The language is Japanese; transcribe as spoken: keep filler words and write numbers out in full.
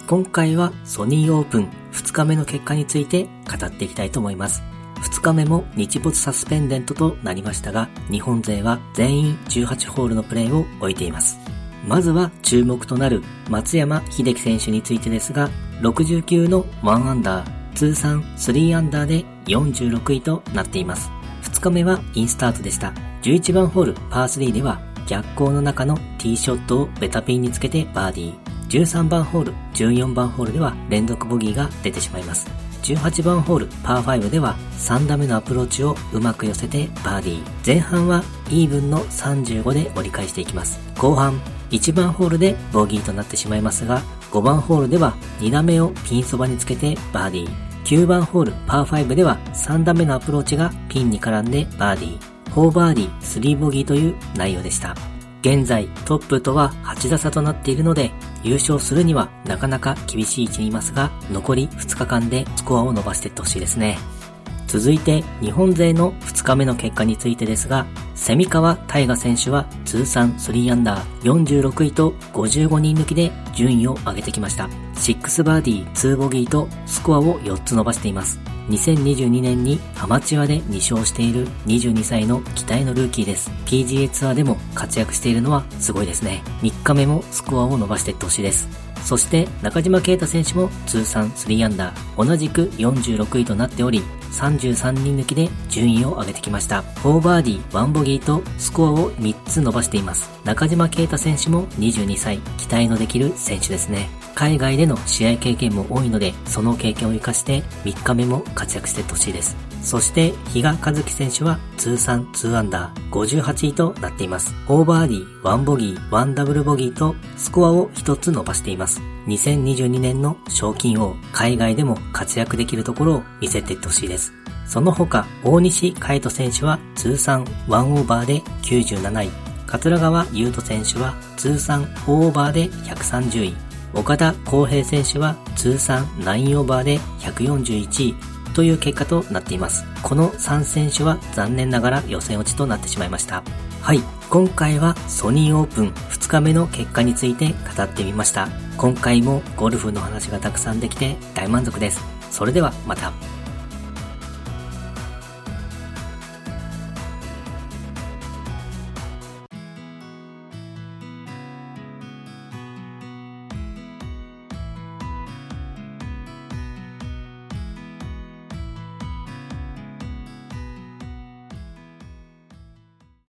今回はソニーオープンふつかめの結果について語っていきたいと思います。ふつかめも日没サスペンデントとなりましたが、日本勢は全員じゅうはちホールのプレーを終えています。まずは注目となる松山英樹選手についてですが、ろくじゅうきゅうのいちアンダー、通算さんアンダーでよんじゅうろくいとなっています。ふつかめはインスタートでした。じゅういちばんホールパースリーでは逆光の中のティーショットをベタピンにつけてバーディー。じゅうさんばんホール、じゅうよんばんホールでは連続ボギーが出てしまいます。じゅうはちばんホールパーごではさん打目のアプローチをうまく寄せてバーディー。前半はイーブンのさんじゅうごで折り返していきます。後半いちばんホールでボギーとなってしまいますが、ごばんホールではに打目をピンそばにつけてバーディー。きゅうばんホールパーごではさん打目のアプローチがピンに絡んでバーディー。よんバーディーさんボギーという内容でした。現在トップとははち打差となっているので、優勝するにはなかなか厳しい位置にいますが、残りふつかかんでスコアを伸ばしていってほしいですね。続いて日本勢のふつかめの結果についてですが、蝉川泰果選手は通算さんアンダー、よんじゅうろくいとごじゅうごにん抜きで順位を上げてきました。ろくバーディーにボギーとスコアをよっつ伸ばしています。にせんにじゅうにねんにアマチュアでに勝しているにじゅうにさいの期待のルーキーです。ピージーエー ツアーでも活躍しているのはすごいですね。みっかめもスコアを伸ばしていってほしいです。そして中島啓太選手も通算さんアンダー、同じくよんじゅうろくいとなっており、さんじゅうさんにん抜きで順位を上げてきました。よんバーディーいちボギーとスコアをみっつ伸ばしています。中島啓太選手もにじゅうにさい、期待のできる選手ですね。海外での試合経験も多いので、その経験を生かしてみっかめも活躍していってほしいです。そして比嘉一貴選手は通算にアンダー、ごじゅうはちいとなっています。よんバーディーいちボギーいちダブルボギーとスコアをひとつ伸ばしています。にせんにじゅうにねんの賞金王、海外でも活躍できるところを見せていってほしいです。その他、大西海斗選手は通算いちオーバーできゅうじゅうなないい。桂川優斗選手は通算よんオーバーでひゃくさんじゅうい。岡田浩平選手は通算きゅうオーバーでひゃくよんじゅういちいという結果となっています。このさん選手は残念ながら予選落ちとなってしまいました。はい、今回はソニーオープンふつかめの結果について語ってみました。今回もゴルフの話がたくさんできて大満足です。それではまた。